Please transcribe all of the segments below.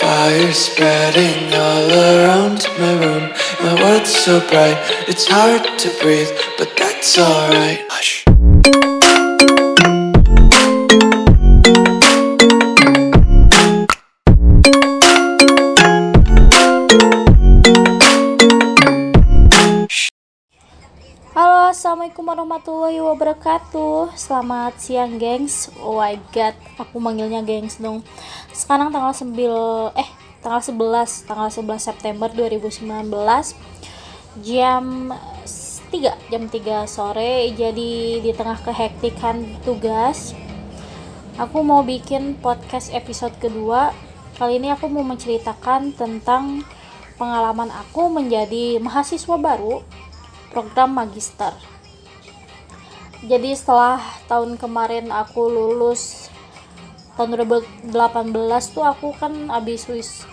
Fire spreading all around my room. My world's so bright, it's hard to breathe, but that's alright. Hush. Halo, assalamualaikum warahmatullahi wabarakatuh. Selamat siang, gengs. Oh my god, aku manggilnya gengs dong. Sekarang tanggal 11 September 2019, jam 3 sore. Jadi di tengah kehektikan tugas, aku mau bikin podcast episode kedua. Kali ini aku mau menceritakan tentang pengalaman aku menjadi mahasiswa baru program magister. Jadi setelah tahun kemarin aku lulus tahun 2018 tuh aku kan habis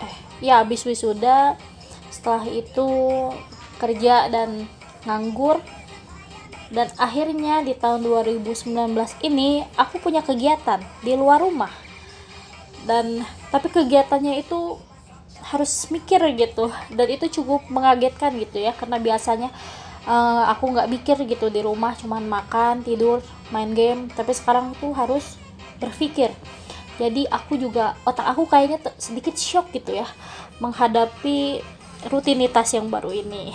wisuda. Setelah itu kerja dan nganggur, dan akhirnya di tahun 2019 ini aku punya kegiatan di luar rumah. Tapi kegiatannya itu harus mikir gitu, dan itu cukup mengagetkan gitu ya, karena biasanya aku nggak mikir gitu di rumah, cuman makan, tidur, main game. Tapi sekarang tuh harus berpikir. Jadi otak aku kayaknya sedikit shock gitu ya menghadapi rutinitas yang baru ini.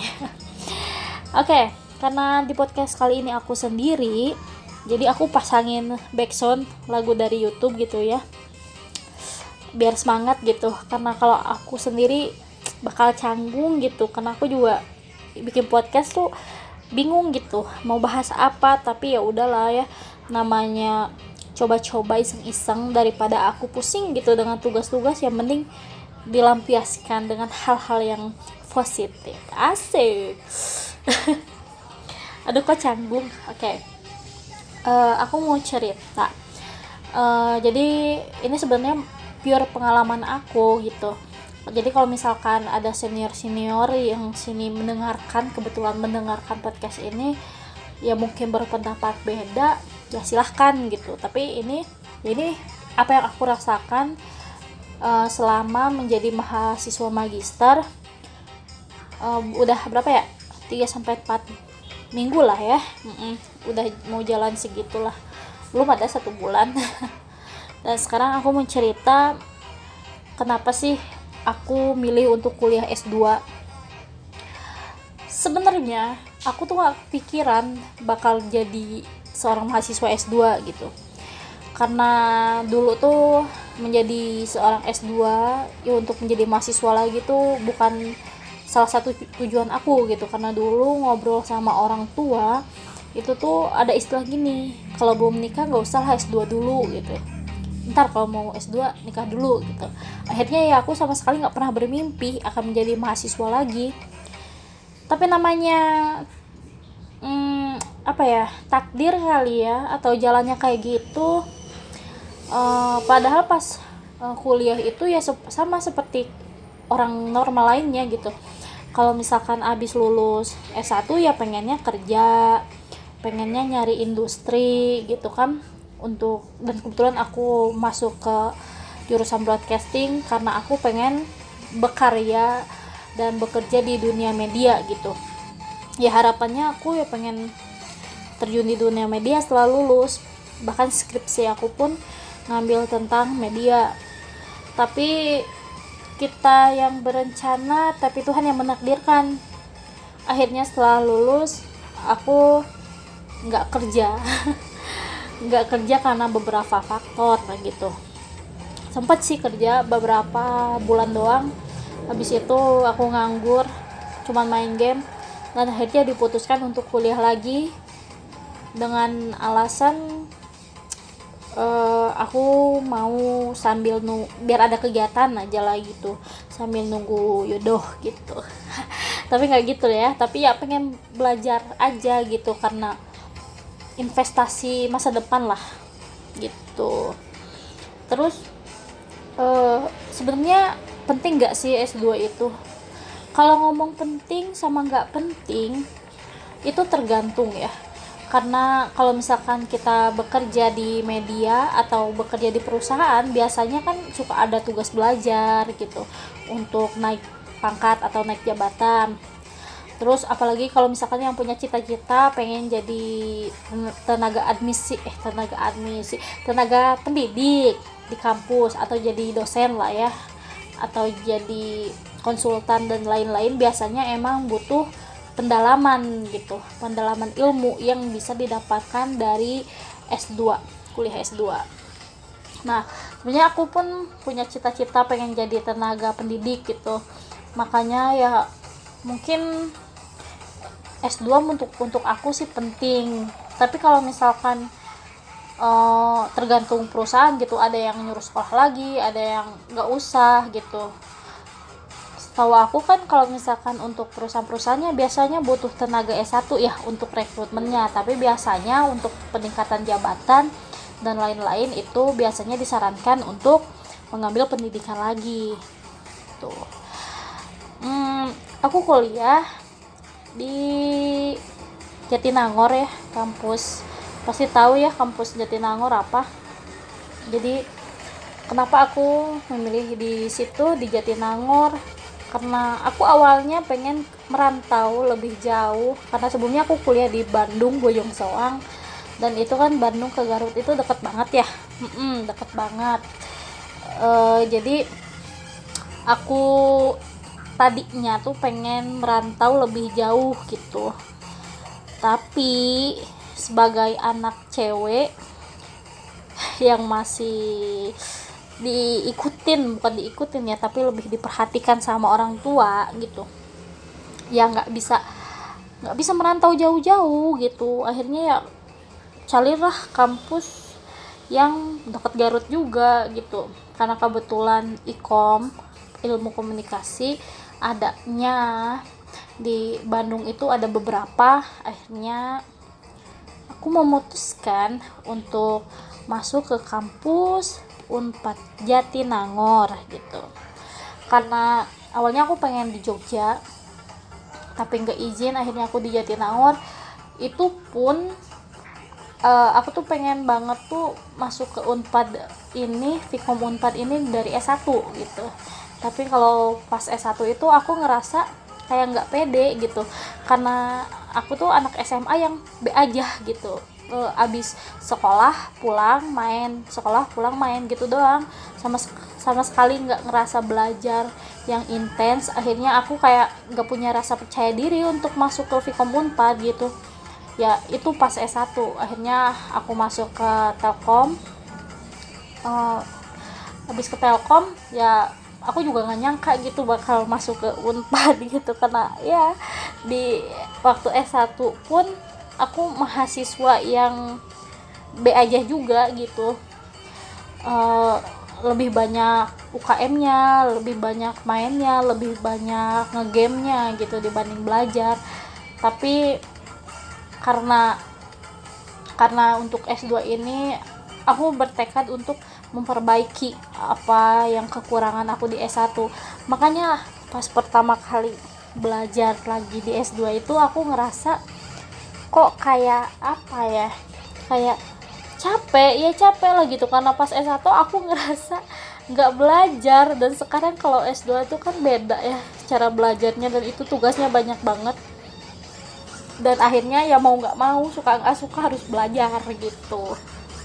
Oke, karena di podcast kali ini aku sendiri, jadi aku pasangin backsound lagu dari YouTube gitu ya, biar semangat gitu. Karena kalau aku sendiri bakal canggung gitu, karena aku juga bikin podcast tuh bingung gitu mau bahas apa. Tapi ya udahlah ya, namanya coba-coba iseng-iseng, daripada aku pusing gitu dengan tugas-tugas. Yang penting dilampiaskan dengan hal-hal yang positif. Asik. Aduh, kok canggung. Oke. Aku mau cerita. Jadi ini sebenarnya pure pengalaman aku gitu. Jadi kalau misalkan ada senior-senior yang kebetulan mendengarkan podcast ini, ya mungkin berpendapat beda, ya silahkan gitu. Tapi ini apa yang aku rasakan selama menjadi mahasiswa magister. Udah berapa ya, 3-4 minggu lah ya. Udah mau jalan segitulah, belum ada 1 bulan. Dan sekarang aku mau cerita kenapa sih aku milih untuk kuliah S2. Sebenarnya aku tuh gak kepikiran bakal jadi seorang mahasiswa S2 gitu. Karena dulu tuh menjadi seorang S2 ya untuk menjadi mahasiswa lagi tuh bukan salah satu tujuan aku gitu. Karena dulu ngobrol sama orang tua itu tuh ada istilah gini, kalau belum nikah gak usah lah S2 dulu gitu, ntar kalau mau S2 nikah dulu gitu. Akhirnya ya aku sama sekali gak pernah bermimpi akan menjadi mahasiswa lagi. Tapi namanya takdir kali ya, atau jalannya kayak gitu. Padahal pas kuliah itu ya sama seperti orang normal lainnya gitu. Kalau misalkan abis lulus S1 ya pengennya kerja, pengennya nyari industri gitu kan. Dan kebetulan aku masuk ke jurusan broadcasting karena aku pengen berkarya dan bekerja di dunia media gitu. Ya harapannya aku ya pengen terjun di dunia media setelah lulus. Bahkan skripsi aku pun ngambil tentang media. Tapi kita yang berencana, tapi Tuhan yang menakdirkan. Akhirnya setelah lulus aku nggak kerja. Nggak kerja karena beberapa faktor gitu. Sempat sih kerja beberapa bulan doang, habis itu aku nganggur, cuman main game. Dan akhirnya diputuskan untuk kuliah lagi dengan alasan aku mau sambil biar ada kegiatan aja lah gitu, sambil nunggu jodoh gitu. Tapi nggak gitu ya, tapi ya pengen belajar aja gitu, karena investasi masa depan lah gitu. Terus sebenarnya penting gak sih S2 itu? Kalau ngomong penting sama gak penting itu tergantung ya. Karena kalau misalkan kita bekerja di media atau bekerja di perusahaan, biasanya kan suka ada tugas belajar gitu untuk naik pangkat atau naik jabatan. Terus apalagi kalau misalkan yang punya cita-cita pengen jadi tenaga pendidik di kampus, atau jadi dosen lah ya, atau jadi konsultan dan lain-lain, biasanya emang butuh pendalaman gitu, pendalaman ilmu yang bisa didapatkan dari S2, kuliah S2. Nah, sebenarnya aku pun punya cita-cita pengen jadi tenaga pendidik gitu. Makanya ya mungkin S2 untuk aku sih penting. Tapi kalau misalkan tergantung perusahaan gitu, ada yang nyuruh sekolah lagi, ada yang nggak usah gitu. Setahu aku kan kalau misalkan untuk perusahaan-perusahaannya biasanya butuh tenaga S1 ya untuk rekrutmennya, tapi biasanya untuk peningkatan jabatan dan lain-lain itu biasanya disarankan untuk mengambil pendidikan lagi. Tuh. Aku kuliah di Jatinangor ya, kampus. Pasti tahu ya kampus Jatinangor apa. Jadi kenapa aku memilih di situ, di Jatinangor? Karena aku awalnya pengen merantau lebih jauh, karena sebelumnya aku kuliah di Bandung, Bojong Soang, dan itu kan Bandung ke Garut itu deket banget ya, deket banget. Jadi aku tadinya tuh pengen merantau lebih jauh gitu, tapi sebagai anak cewek yang masih bukan diikutin ya, tapi lebih diperhatikan sama orang tua gitu ya, nggak bisa merantau jauh-jauh gitu. Akhirnya ya carilah kampus yang dekat Garut juga gitu, karena kebetulan Ikom, ilmu komunikasi, adanya di Bandung itu ada beberapa. Akhirnya aku memutuskan untuk masuk ke kampus Unpad Jatinangor gitu. Karena awalnya aku pengen di Jogja tapi nggak izin, akhirnya aku di Jatinangor. Itu pun aku tuh pengen banget tuh masuk ke Unpad ini, Vkom Unpad ini dari S1 gitu. Tapi kalau pas S1 itu aku ngerasa kayak nggak pede gitu, karena aku tuh anak SMA yang B aja gitu. Abis sekolah pulang main, sekolah pulang main gitu doang, sama sekali nggak ngerasa belajar yang intens. Akhirnya aku kayak nggak punya rasa percaya diri untuk masuk ke Vkom Unpad gitu ya. Itu pas S1 akhirnya aku masuk ke Telkom. Habis ke Telkom ya aku juga nggak nyangka gitu bakal masuk ke Unpad gitu, karena ya di waktu S1 pun aku mahasiswa yang B aja juga gitu. Lebih banyak UKM-nya, lebih banyak mainnya, lebih banyak ngegame-nya gitu dibanding belajar. Tapi karena untuk S2 ini aku bertekad untuk memperbaiki apa yang kekurangan aku di S1. Makanya pas pertama kali belajar lagi di S2 itu aku ngerasa kok kayak apa ya, kayak capek lah gitu, karena pas S1 aku ngerasa nggak belajar, dan sekarang kalau S2 itu kan beda ya cara belajarnya, dan itu tugasnya banyak banget, dan akhirnya ya mau nggak mau, suka nggak suka harus belajar gitu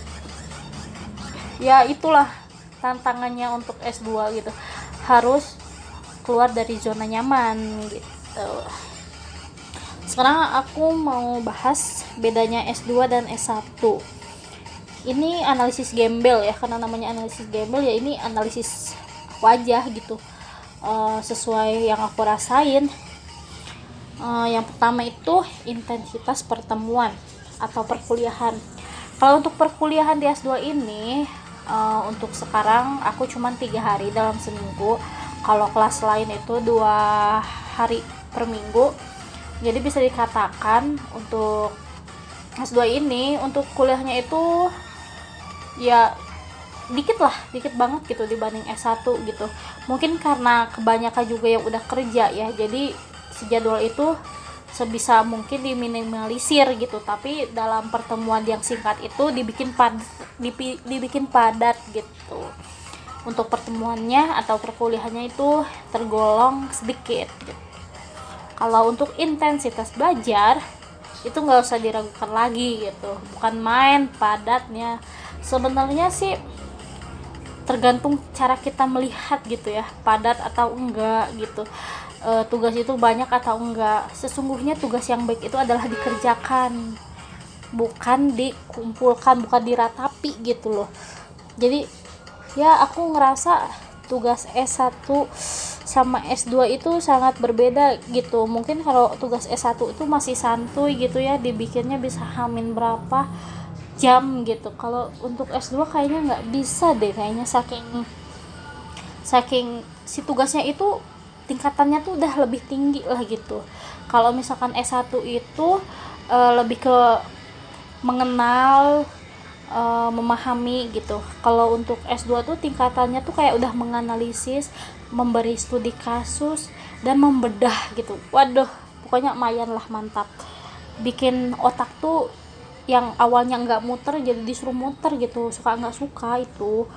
ya. Itulah tantangannya untuk S2 gitu, harus keluar dari zona nyaman gitu. Sekarang aku mau bahas bedanya S2 dan S1. Ini analisis gembel ya, karena namanya analisis gembel ya, ini analisis wajah gitu, sesuai yang aku rasain. Yang pertama itu intensitas pertemuan atau perkuliahan. Kalau untuk perkuliahan di S2 ini, untuk sekarang aku cuma 3 hari dalam seminggu. Kalau kelas lain itu 2 hari per minggu. Jadi bisa dikatakan untuk S2 ini untuk kuliahnya itu ya dikit banget gitu dibanding S1 gitu. Mungkin karena kebanyakan juga yang udah kerja ya, jadi si jadwal itu sebisa mungkin diminimalisir gitu, tapi dalam pertemuan yang singkat itu dibikin padat gitu. Untuk pertemuannya atau perkuliahannya itu tergolong sedikit gitu. Kalau untuk intensitas belajar itu nggak usah diragukan lagi gitu, bukan main padatnya. Sebenarnya sih tergantung cara kita melihat gitu ya, padat atau enggak gitu. Tugas itu banyak atau enggak. Sesungguhnya tugas yang baik itu adalah dikerjakan, bukan dikumpulkan, bukan diratapi gitu loh. Jadi ya aku ngerasa tugas S1 sama S2 itu sangat berbeda gitu. Mungkin kalau tugas S1 itu masih santuy gitu ya, dibikinnya bisa hamin berapa jam gitu. Kalau untuk S2 kayaknya nggak bisa deh, kayaknya saking si tugasnya itu tingkatannya tuh udah lebih tinggi lah gitu. Kalau misalkan S1 itu lebih ke mengenal, memahami gitu. Kalau untuk S2 tuh tingkatannya tuh kayak udah menganalisis, memberi studi kasus, dan membedah gitu. Waduh, pokoknya lumayan lah, mantap. Bikin otak tuh yang awalnya nggak muter jadi disuruh muter gitu, suka nggak suka itu.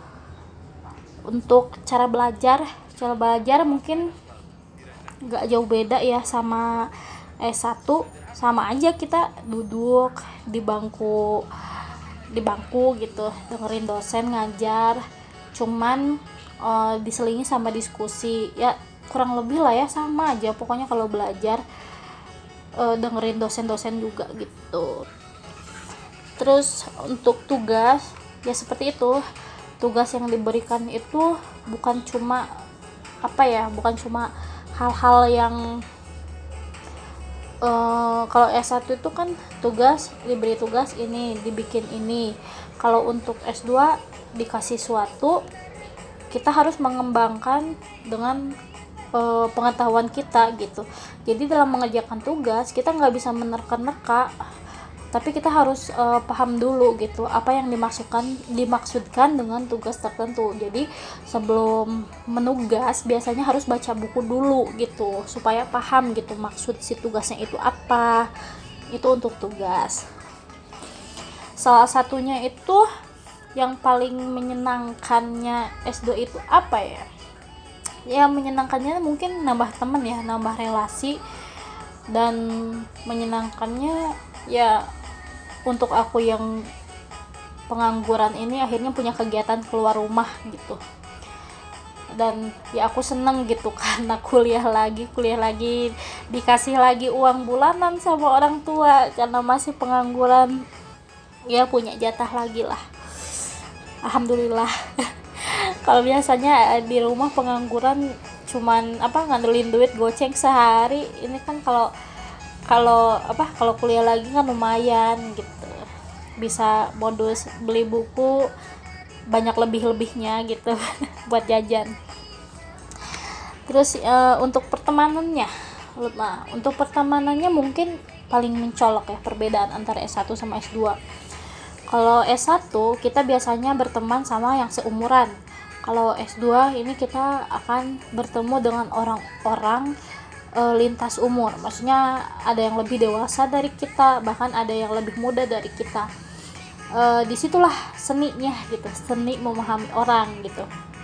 Untuk cara belajar mungkin nggak jauh beda ya sama S1. Sama aja, kita duduk di bangku gitu, dengerin dosen ngajar, cuman diselingi sama diskusi ya, kurang lebih lah ya, sama aja pokoknya kalau belajar. Dengerin dosen juga gitu. Terus untuk tugas ya seperti itu, tugas yang diberikan itu bukan cuma hal-hal yang kalau S1 itu kan diberi tugas ini, dibikin ini. Kalau untuk S2 dikasih suatu, kita harus mengembangkan dengan pengetahuan kita gitu. Jadi dalam mengerjakan tugas kita nggak bisa menerka-nerka, tapi kita harus paham dulu gitu apa yang dimaksudkan dengan tugas tertentu. Jadi sebelum menugas biasanya harus baca buku dulu gitu supaya paham gitu maksud si tugasnya itu apa. Itu untuk tugas. Salah satunya itu yang paling menyenangkannya S2 itu apa ya? Ya menyenangkannya mungkin nambah teman ya, nambah relasi, dan menyenangkannya ya untuk aku yang pengangguran ini akhirnya punya kegiatan keluar rumah gitu. Dan ya aku seneng gitu karena kuliah lagi dikasih lagi uang bulanan sama orang tua, karena masih pengangguran ya punya jatah lagi lah, alhamdulillah. Kalau biasanya di rumah pengangguran cuman ngandelin duit goceng sehari, ini kan kalau kuliah lagi kan lumayan gitu, bisa modus beli buku banyak lebihnya gitu buat jajan. Terus untuk pertemanannya mungkin paling mencolok ya perbedaan antara S1 sama S2. Kalau S1 kita biasanya berteman sama yang seumuran. Kalau S2 ini kita akan bertemu dengan orang-orang lintas umur, maksudnya ada yang lebih dewasa dari kita, bahkan ada yang lebih muda dari kita. Disitulah seninya gitu, seni memahami orang gitu.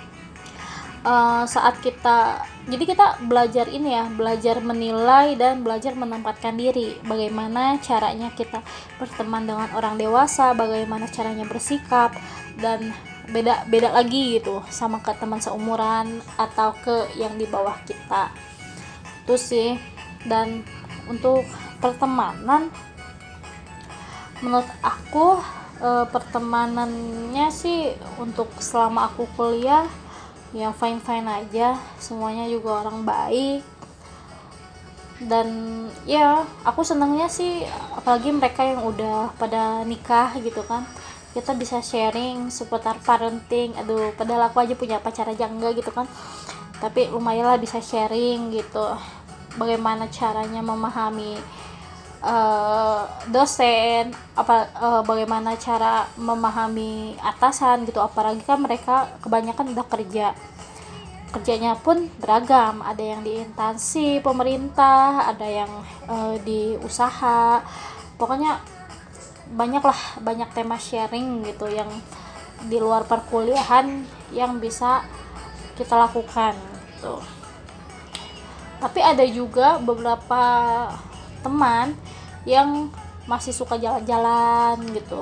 Jadi kita belajar belajar menilai dan belajar menempatkan diri, bagaimana caranya kita berteman dengan orang dewasa, bagaimana caranya bersikap, dan beda lagi gitu sama ke teman seumuran atau ke yang di bawah kita. Itu sih. Dan untuk pertemanan, menurut aku pertemanannya sih untuk selama aku kuliah ya fine aja, semuanya juga orang baik. Dan ya aku senangnya sih apalagi mereka yang udah pada nikah gitu kan, kita bisa sharing seputar parenting. Aduh, padahal aku aja punya pacar aja enggak gitu kan, tapi lumayan lah bisa sharing gitu bagaimana caranya memahami dosen, bagaimana cara memahami atasan gitu, apalagi kan mereka kebanyakan udah kerja. kerjanya pun beragam, ada yang di instansi pemerintah, ada yang di usaha, pokoknya banyak tema sharing gitu yang di luar perkuliahan yang bisa kita lakukan gitu. Tapi ada juga beberapa teman yang masih suka jalan-jalan gitu,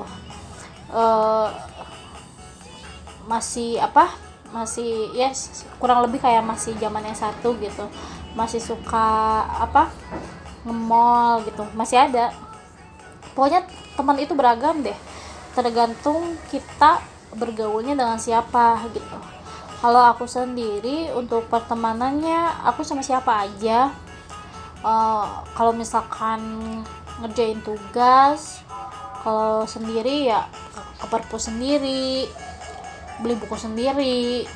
masih kurang lebih kayak masih zamannya satu gitu, masih suka nge-mall gitu, masih ada. Pokoknya teman itu beragam deh, tergantung kita bergaulnya dengan siapa gitu. Kalau aku sendiri untuk pertemanannya, aku sama siapa aja. Kalau misalkan ngerjain tugas, kalau sendiri ya ke perpus sendiri, beli buku sendiri.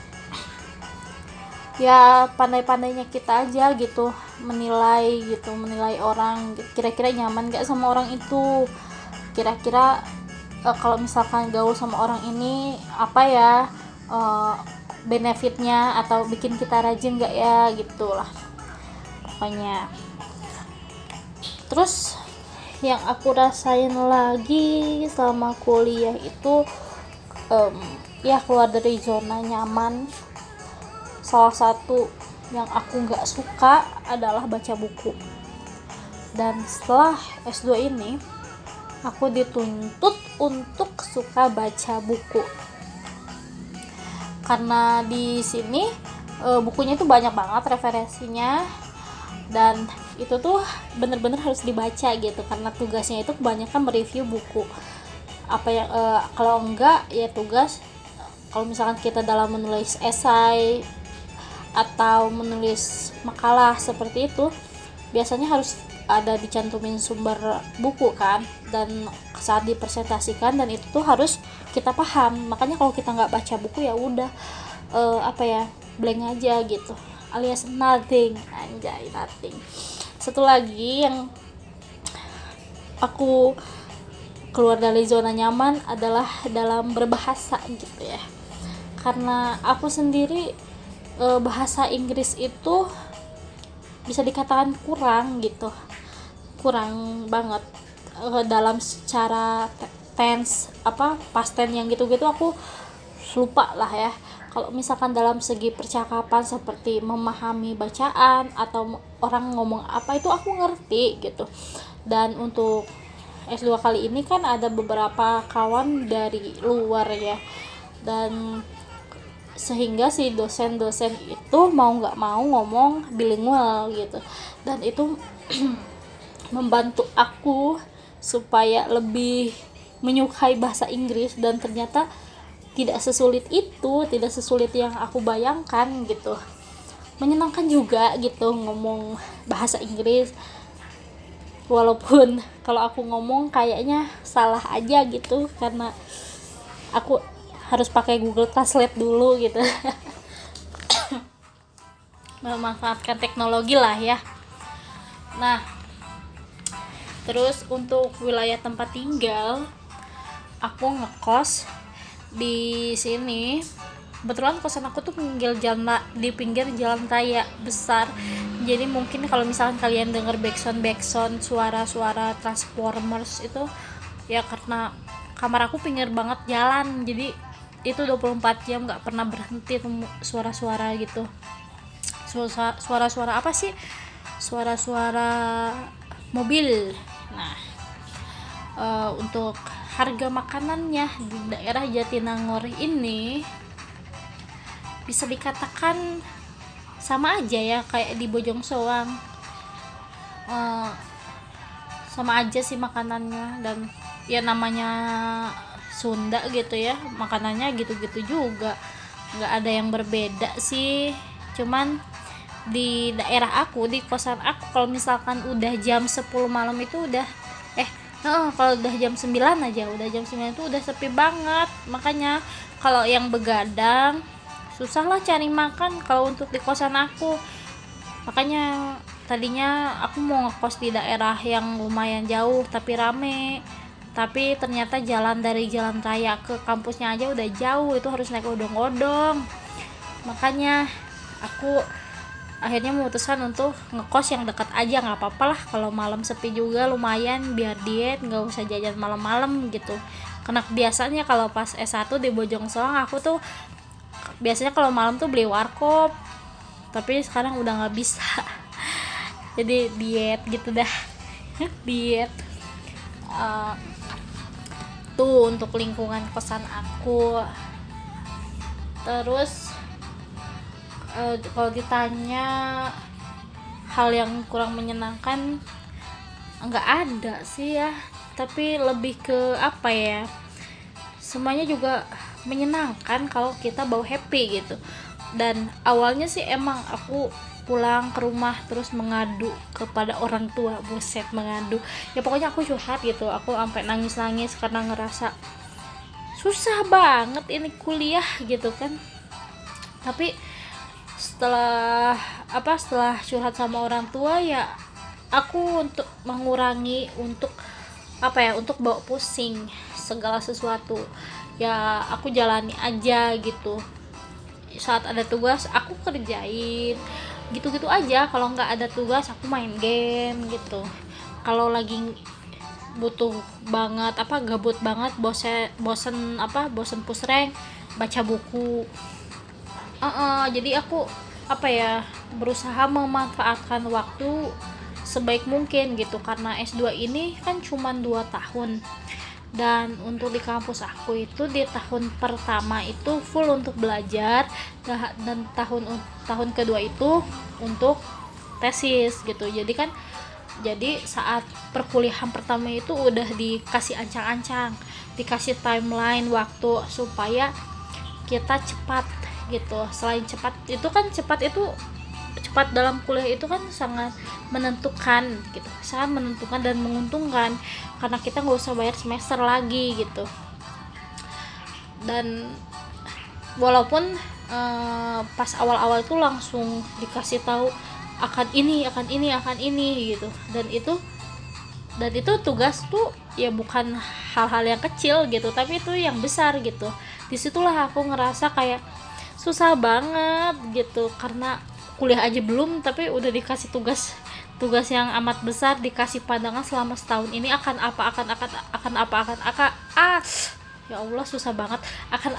Ya pandai-pandainya kita aja gitu menilai orang, kira-kira nyaman gak sama orang itu, kira-kira kalau misalkan gaul sama orang ini apa ya benefitnya, atau bikin kita rajin gak ya gitulah pokoknya. Terus yang aku rasain lagi selama kuliah itu ya keluar dari zona nyaman. Salah satu yang aku gak suka adalah baca buku, dan setelah S2 ini aku dituntut untuk suka baca buku, karena di sini bukunya itu banyak banget referensinya, dan itu tuh bener-bener harus dibaca gitu, karena tugasnya itu kebanyakan mereview buku. Kalau enggak ya tugas, kalau misalkan kita dalam menulis esai atau menulis makalah seperti itu, biasanya harus ada dicantumin sumber buku kan, dan saat dipresentasikan, dan itu tuh harus kita paham. Makanya kalau kita nggak baca buku ya udah blank aja gitu, alias nothing. Satu lagi yang aku keluar dari zona nyaman adalah dalam berbahasa gitu ya, karena aku sendiri bahasa Inggris itu bisa dikatakan kurang banget dalam secara tense, past tense yang gitu-gitu aku lupa lah ya. Kalau misalkan dalam segi percakapan seperti memahami bacaan atau orang ngomong apa, itu aku ngerti gitu. Dan untuk S2 kali ini kan ada beberapa kawan dari luar ya, dan sehingga si dosen-dosen itu mau nggak mau ngomong bilingual gitu, dan itu membantu aku supaya lebih menyukai bahasa Inggris, dan ternyata tidak sesulit yang aku bayangkan gitu. Menyenangkan juga gitu ngomong bahasa Inggris, walaupun kalau aku ngomong kayaknya salah aja gitu, karena aku harus pakai Google Translate dulu gitu. Memanfaatkan teknologi lah ya. Nah, terus untuk wilayah tempat tinggal, aku ngekos di sini. Kebetulan kosan aku tuh di pinggir jalan raya besar. Jadi mungkin kalau misalkan kalian denger backsound suara-suara Transformers itu ya karena kamar aku pinggir banget jalan, jadi itu 24 jam nggak pernah berhenti suara-suara gitu. Suara-suara apa sih? Suara-suara mobil. Nah, untuk harga makanannya di daerah Jatinangor ini bisa dikatakan sama aja ya kayak di Bojong Soang. Sama aja sih makanannya, dan ya namanya Sunda gitu ya, makanannya gitu-gitu juga, nggak ada yang berbeda sih. Cuman di daerah aku, di kosan aku, kalau misalkan udah jam 10 malam itu udah kalau udah jam 9 itu udah sepi banget. Makanya kalau yang begadang susah lah cari makan kalau untuk di kosan aku. Makanya tadinya aku mau ngekos di daerah yang lumayan jauh tapi rame, tapi ternyata jalan dari jalan raya ke kampusnya aja udah jauh, itu harus naik odong-odong. Makanya aku akhirnya memutuskan untuk ngekos yang dekat aja, nggak apa-apa lah kalau malam sepi juga, lumayan biar diet, nggak usah jajan malam-malam gitu. Karena biasanya kalau pas S1 di Bojong Soang aku tuh biasanya kalau malam tuh beli warkop, tapi sekarang udah nggak bisa. Jadi diet gitu dah. Diet. Tuh untuk lingkungan kosan aku. Terus kalau ditanya hal yang kurang menyenangkan, nggak ada sih ya, tapi lebih ke apa ya, semuanya juga menyenangkan kalau kita bawa happy gitu. Dan awalnya sih emang aku pulang ke rumah terus mengadu kepada orang tua, buset, mengadu ya, pokoknya aku curhat gitu, aku sampai nangis-nangis karena ngerasa susah banget ini kuliah gitu kan. Tapi setelah curhat sama orang tua ya, aku untuk mengurangi untuk bawa pusing segala sesuatu ya, aku jalani aja gitu. Saat ada tugas aku kerjain gitu-gitu aja, kalau nggak ada tugas aku main game gitu. Kalau lagi butuh banget gabut banget, bosen push rank, baca buku. Jadi aku berusaha memanfaatkan waktu sebaik mungkin gitu, karena S2 ini kan cuma 2 tahun. Dan untuk di kampus aku itu di tahun pertama itu full untuk belajar, dan tahun kedua itu untuk tesis gitu. Jadi saat perkuliahan pertama itu udah dikasih ancang-ancang, dikasih timeline waktu supaya kita cepat gitu. Selain cepat dalam kuliah itu kan sangat menentukan gitu, sangat menentukan dan menguntungkan, karena kita nggak usah bayar semester lagi gitu. Dan walaupun pas awal-awal itu langsung dikasih tahu akan ini gitu, dan itu tugas tuh ya bukan hal-hal yang kecil gitu, tapi itu yang besar gitu. Disitulah aku ngerasa kayak susah banget gitu, karena kuliah aja belum tapi udah dikasih tugas yang amat besar, dikasih pandangan selama setahun ini akan apa ya Allah, susah banget, akan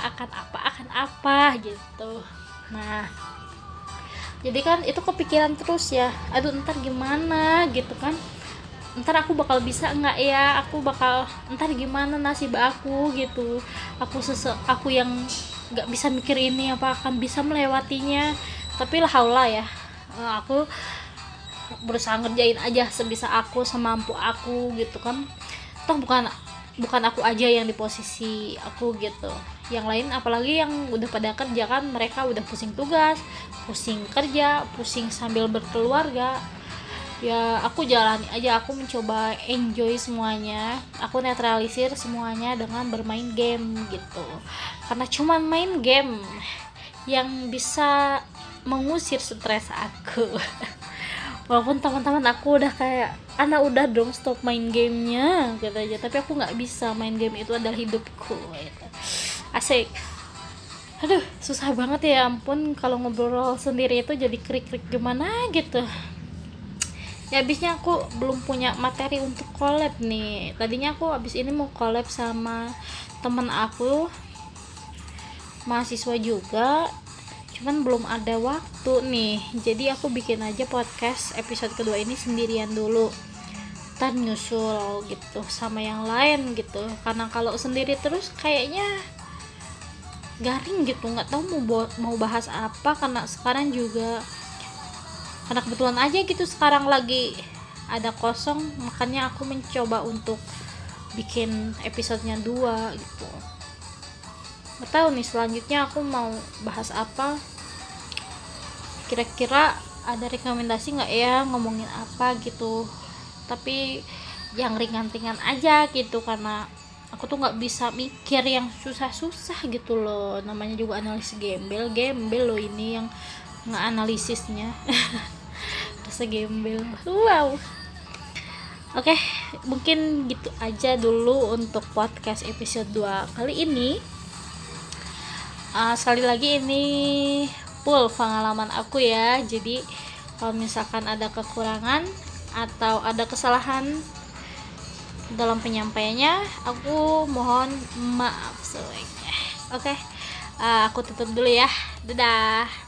apa gitu. Nah, jadi kan itu kepikiran terus ya, aduh ntar gimana gitu kan, ntar aku bakal bisa nggak ya, ntar gimana nasib aku gitu, aku yang nggak bisa mikir ini apa akan bisa melewatinya. Tapi lah haula ya, aku berusaha ngerjain aja sebisa aku, semampu aku gitu kan. Toh bukan aku aja yang di posisi aku gitu, yang lain apalagi yang udah pada kerja kan, mereka udah pusing tugas, pusing kerja, pusing sambil berkeluarga. Ya aku jalani aja, aku mencoba enjoy semuanya, aku netralisir semuanya dengan bermain game gitu, karena cuman main game yang bisa mengusir stres aku. Walaupun teman-teman aku udah kayak, Ana udah dong stop main gamenya gitu aja, tapi aku nggak bisa, main game itu adalah hidupku gitu. Asik. Aduh susah banget ya ampun, kalau ngobrol sendiri itu jadi krik-krik gimana gitu ya. Abisnya aku belum punya materi untuk collab nih. Tadinya aku abis ini mau collab sama temen aku, mahasiswa juga, cuman belum ada waktu nih. Jadi aku bikin aja podcast episode kedua ini sendirian dulu, ntar nyusul gitu sama yang lain gitu. Karena kalau sendiri terus kayaknya garing gitu, nggak tahu mau bahas apa. Karena sekarang juga, karena kebetulan aja gitu sekarang lagi ada kosong, makanya aku mencoba untuk bikin episodenya 2 gitu. Nggak tahu nih selanjutnya aku mau bahas apa, kira-kira ada rekomendasi nggak ya, ngomongin apa gitu. Tapi yang ringan-ringan aja gitu, karena aku tuh nggak bisa mikir yang susah-susah gitu loh. Namanya juga analisis gembel loh ini yang nge-analisisnya. Rasa gembel. Wow. Oke, mungkin gitu aja dulu untuk podcast episode 2 kali ini. Sekali lagi ini full pengalaman aku ya. Jadi kalau misalkan ada kekurangan atau ada kesalahan dalam penyampaiannya, aku mohon maaf semuanya. Oke, aku tutup dulu ya. Dadah.